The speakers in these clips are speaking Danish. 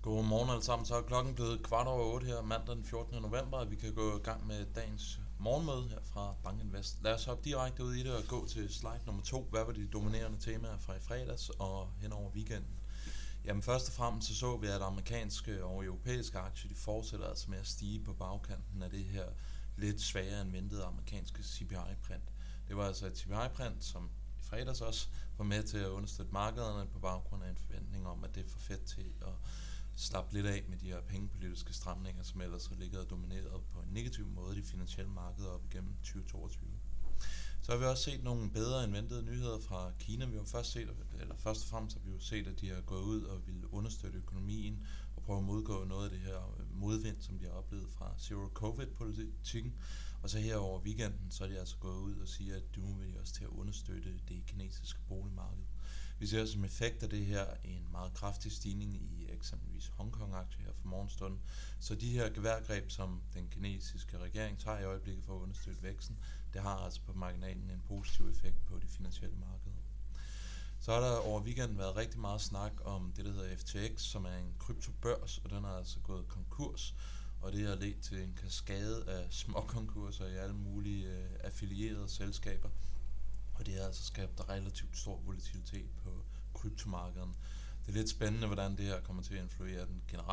Godmorgen alle sammen. Så er klokken blevet 7:15 her mandag den 14. november, og vi kan gå i gang med dagens morgenmøde her fra Bank Invest. Lad os hoppe direkte ud i det og gå til slide nummer 2. Hvad var de dominerende temaer fra i fredags og hen over weekenden? Jamen først og fremmest så vi, at amerikanske og europæiske aktier de fortsætter altså med at stige på bagkanten af det her lidt svagere end ventede amerikanske CPI-print. Det var altså et CPI-print, som i fredags også var med til at understøtte markederne på baggrund af en forventning om, at det får Fed til at slappe lidt af med de her pengepolitiske stramninger, som ellers har ligget og domineret på en negativ måde de finansielle markeder op igennem 2022. Så har vi også set nogle bedre end ventede nyheder fra Kina. Vi har først og fremmest har vi jo set, at de har gået ud og ville understøtte økonomien og prøve at modgå noget af det her modvind, som de har oplevet fra Zero-Covid-politikken. Og så her over weekenden, så er de altså gået ud og siger, at nu vil de også til at understøtte det kinesiske boligmarked. Vi ser som effekt af det her en meget kraftig stigning i eksempelvis Hongkong-aktier her for morgenstunden. Så de her geværgreb, som den kinesiske regering tager i øjeblikket for at understøtte væksten, det har altså på marginalen en positiv effekt på de finansielle markeder. Så har der over weekenden været rigtig meget snak om det, der hedder FTX, som er en kryptobørs, og den er altså gået konkurs. Og det har ledt til en kaskade af småkonkurser i alle mulige affilierede selskaber. Og det har altså skabt relativt stor volatilitet på kryptomarkederne. Det er lidt spændende, hvordan det her kommer til at influere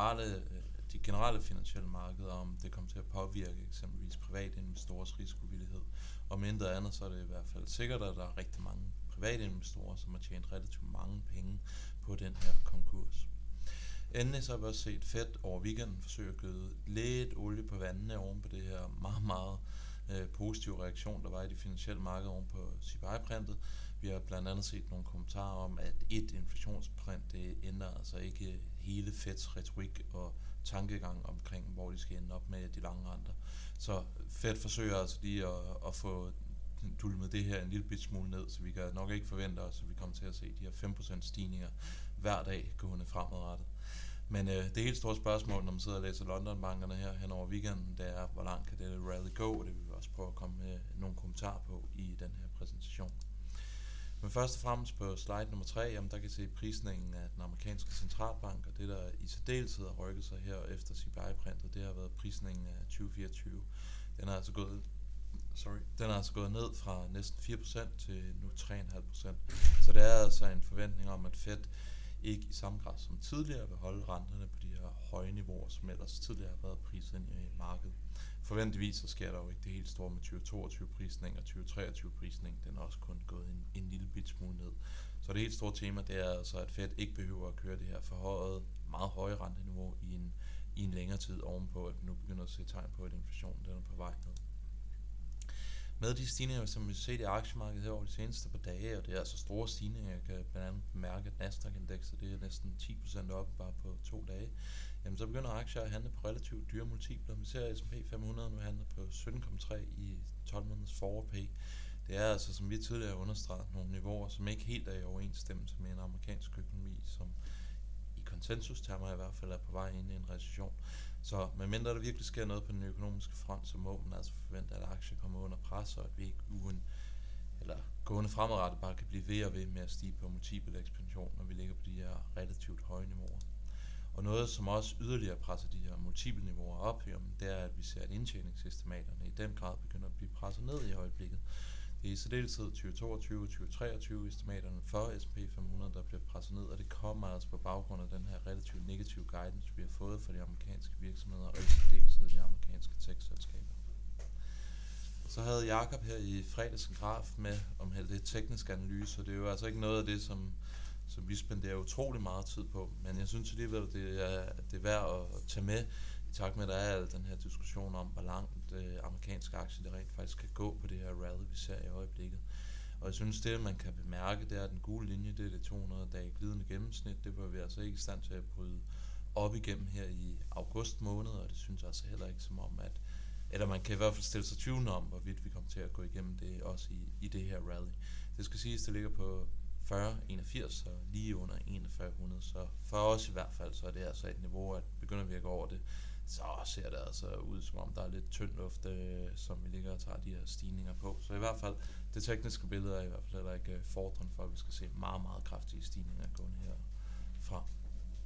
de generelle finansielle markeder, om det kommer til at påvirke eksempelvis private investorers risikovillighed. Og mindre andet, så er det i hvert fald sikkert, at der er rigtig mange private investorer, som har tjent relativt mange penge på den her konkurs. Endelig så har vi også set Fed over weekenden forsøge at gøde lidt olie på vandene oven på det her meget, meget positive reaktion, der var i de finansielle markeder oven på CPI-printet. Vi har blandt andet set nogle kommentarer om, at et inflationsprint, det ændrer altså ikke hele Feds retorik og tankegang omkring, hvor de skal ende op med de lange renter. Så Fed forsøger altså lige at få dulmet det her en lille bit smule ned, så vi kan nok ikke forvente os, at vi kommer til at se de her 5% stigninger hver dag gående fremadrettet. Men det helt store spørgsmål, når man sidder og læser London-bankerne her hen over weekenden, det er, hvor langt kan det rally gå, og det vil vi også prøve at komme med nogle kommentarer på i den her præsentation. Men først og fremmest på slide nummer 3, jamen der kan I se prisningen af den amerikanske centralbank, og det der i særdeleshed har rykket sig her efter CPI-printet, det har været prisningen af 2024. Den er altså gået ned fra næsten 4% til nu 3,5%. Så det er altså en forventning om, at Fed ikke i samme grad som tidligere vil holde renterne på de her høje niveauer, som ellers tidligere har været priset ind i markedet. Forventeligvis så sker der jo ikke det helt store med 2022-prisning, og 2023-prisning, den er også kun gået en lille bit smule ned. Så det helt store tema, det er altså, at Fed ikke behøver at køre det her forhøjet, meget høje renteniveau i en længere tid ovenpå, at vi nu begynder at se tegn på, at inflationen den er på vej ned. Med de stigninger, som vi har set i aktiemarkedet her over de seneste par dage, og det er altså store stigninger, jeg kan blandt andet bemærke, at Nasdaq-indekset det er næsten 10% op bare på 2 dage, jamen så begynder aktier at handle på relativt dyre multipler. Vi ser S&P 500 nu handler på 17,3 i 12 måneders forward pay. Det er altså, som vi tidligere understreget, nogle niveauer, som ikke helt er i overensstemmelse med en amerikansk økonomi, som i konsensustermer i hvert fald er på vej ind i en recession. Så medmindre der virkelig sker noget på den økonomiske front, så må man altså forvente, at aktier kommer under pres, og at vi ikke gående fremadrettet bare kan blive ved og ved med at stige på multiple ekspansion, når vi ligger på de her relativt høje niveauer. Og noget, som også yderligere presser de her multiple niveauer op, det er, at vi ser, at indtjeningsestimaterne i den grad begynder at blive presset ned i øjeblikket. Det er i særdeleshed 2022 og 2023 estimaterne for S&P 500, der bliver presset ned, og det kommer altså på baggrund af den her relativt negative guidance, vi har fået fra de amerikanske virksomheder, og i særdeleshed de amerikanske tech-selskaber. Så havde Jakob her i fredags en graf med om det tekniske analyse, og det er jo altså ikke noget af det, som vi spenderer utrolig meget tid på, men jeg synes alligevel, det er værd at tage med, i takt med, at der er al den her diskussion om, hvor langt amerikanske aktier det rent faktisk kan gå på det her rally, vi ser i øjeblikket. Og jeg synes, det man kan bemærke, det er, at den gule linje, det er det 200-dage glidende gennemsnit, det var vi altså ikke i stand til at bryde op igennem her i august måned, og det synes jeg altså heller ikke som om, eller man kan i hvert fald stille sig tvivlende om, hvorvidt vi kommer til at gå igennem det også i det her rally. Det skal siges, det ligger på 40,81 og lige under 4100, så for os i hvert fald, så er det altså et niveau, at begynder vi at gå over det, så ser det altså ud som om der er lidt tynd luft, som vi ligger og tager de her stigninger på. Så i hvert fald, det tekniske billede er i hvert fald heller ikke fordrende for, at vi skal se meget, meget kraftige stigninger gående herfra.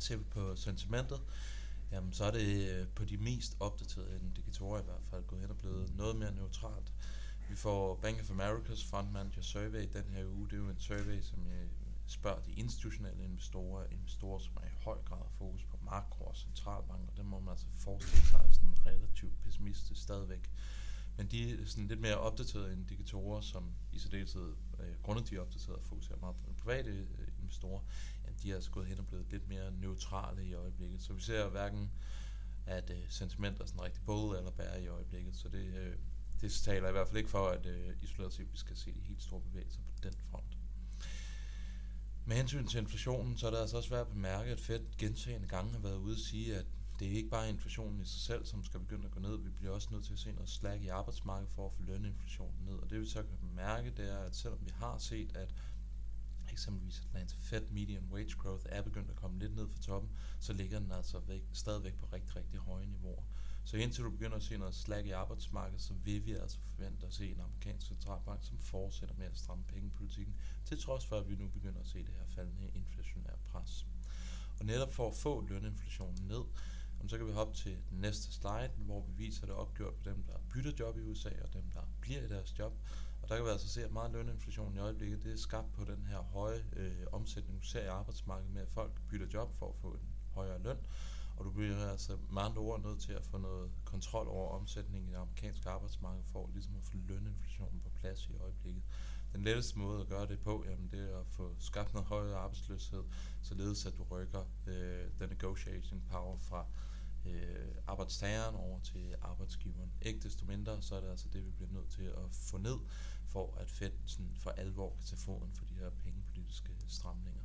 Ser vi på sentimentet, jamen så er det på de mest opdaterede indikatorer i hvert fald gået hen og blevet noget mere neutralt. Vi får Bank of America's Fund Manager Survey den her uge. Det er jo en survey, som spørger de institutionelle investorer, som er i høj grad fokus på makro- og centralbanker. Det må man altså forestille sig sådan relativt pessimistisk stadigvæk. Men de sådan lidt mere opdaterede indikatorer, som i særdeleshed grundet de opdaterede fokuserer meget på de private investorer, jamen de er altså gået hen og blevet lidt mere neutrale i øjeblikket. Så vi ser hverken, at sentiment er sådan rigtig bull eller bear i øjeblikket. Så det taler i hvert fald ikke for, at isoleret set vi skal se de helt store bevægelser på den front. Med hensyn til inflationen, så er det altså også værd at bemærke, at Fed gentagne gange har været ude at sige, at det er ikke bare inflationen i sig selv, som skal begynde at gå ned. Vi bliver også nødt til at se noget slag i arbejdsmarkedet for at få løninflationen ned. Og det vi så kan bemærke, det er, at selvom vi har set, at eksempelvis Atlanta Fed Median Wage Growth er begyndt at komme lidt ned fra toppen, så ligger den altså stadigvæk på rigtig, rigtig høje niveauer. Så indtil du begynder at se noget slag i arbejdsmarkedet, så vil vi altså forvente at se en amerikansk centralbank, som fortsætter med at stramme pengepolitikken, til trods for, at vi nu begynder at se det her faldende inflationære pres. Og netop for at få løninflationen ned, så kan vi hoppe til den næste slide, hvor vi viser det opgjort på dem, der bytter job i USA, og dem, der bliver i deres job. Og der kan vi altså se, at meget løninflation i øjeblikket, det er skabt på den her høje omsætning, du ser i arbejdsmarkedet med, at folk bytter job for at få en højere løn. Og du bliver altså med andre ord nødt til at få noget kontrol over omsætningen i det amerikanske arbejdsmarked, for ligesom at få løninflationen på plads i øjeblikket. Den letteste måde at gøre det på, jamen det er at få skabt noget højere arbejdsløshed, således at du rykker den negotiation power fra arbejdstageren over til arbejdsgiveren. Ikke desto mindre, så er det altså det, vi bliver nødt til at få ned, for at Fed sådan for alvor kan tage foden for de her pengepolitiske stramninger.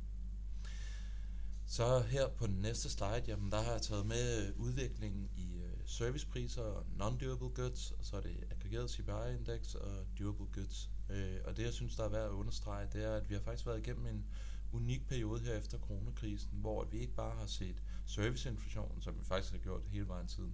Så her på den næste slide, jamen der har jeg taget med udviklingen i servicepriser og non-durable goods, og så er det aggregeret CPI-indeks og durable goods. Og det jeg synes, der er værd at understrege, det er, at vi har faktisk været igennem en unik periode her efter coronakrisen, hvor vi ikke bare har set serviceinflationen, som vi faktisk har gjort hele vejen siden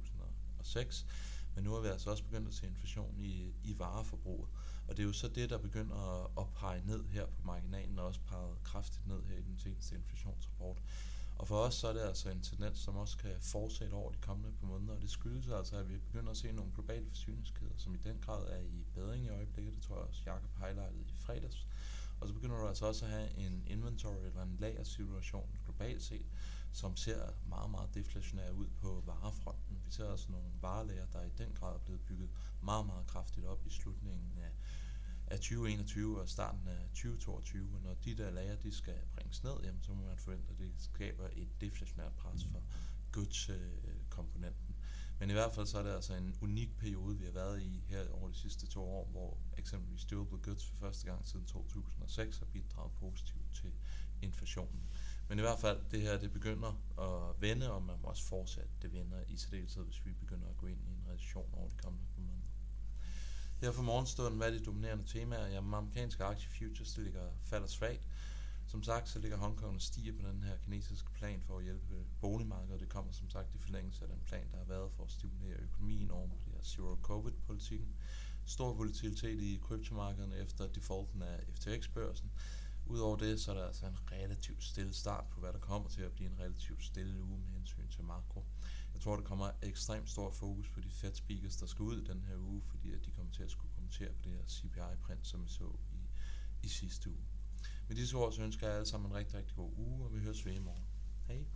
2006, men nu har vi altså også begyndt at se inflation i vareforbruget. Og det er jo så det, der begynder at pege ned her på marginalen, og også peget kraftigt ned her i den seneste inflationsrapport. Og for os så er det altså en tendens, som også kan fortsætte over de kommende par måneder, og det skyldes altså, at vi begynder at se nogle globale forsyningskæder, som i den grad er i bedring i øjeblikket. Det tror jeg også, Jakob highlightede i fredags. Og så begynder du altså også at have en inventory eller en lagersituation globalt set, som ser meget, meget deflationær ud på varefronten. Vi ser altså nogle varelager, der i den grad er blevet bygget meget, meget kraftigt op i slutningen af 2021 og starten af 2022. Og når de der lager, de skal bringes ned, jamen, så må man forvente, at det skaber et deflationært pres for goods-komponenten. Men i hvert fald så er det altså en unik periode, vi har været i her over de sidste 2 år, hvor eksempelvis durable goods for første gang siden 2006 har bidraget positivt til inflationen. Men i hvert fald, det her det begynder at vende, og man må også fortsætte det vender i særdeleshed, hvis vi begynder at gå ind i en recession over de kommende måneder. Her for morgenstunden, hvad er de dominerende temaer? Jamen, amerikanske aktiefutures, det falder svagt. Som sagt, så ligger Hongkong og stiger på den her kinesiske plan for at hjælpe boligmarkedet. Det kommer som sagt i forlængelse af den plan, der har været for at stimulere økonomien oven på det her zero-covid-politikken. Stor volatilitet i kryptomarkederne efter defaulten af FTX-børsen. Udover det, så er der altså en relativt stille start på, hvad der kommer til at blive en relativt stille uge med hensyn til makro. Jeg tror, der kommer ekstremt stor fokus på de Fed speakers, der skal ud den her uge, fordi at de kommer til at skulle kommentere på det her CPI-print, som vi så i sidste uge. Med disse ord, så ønsker jeg alle sammen en rigtig, rigtig god uge, og vi høres ved i morgen. Hej!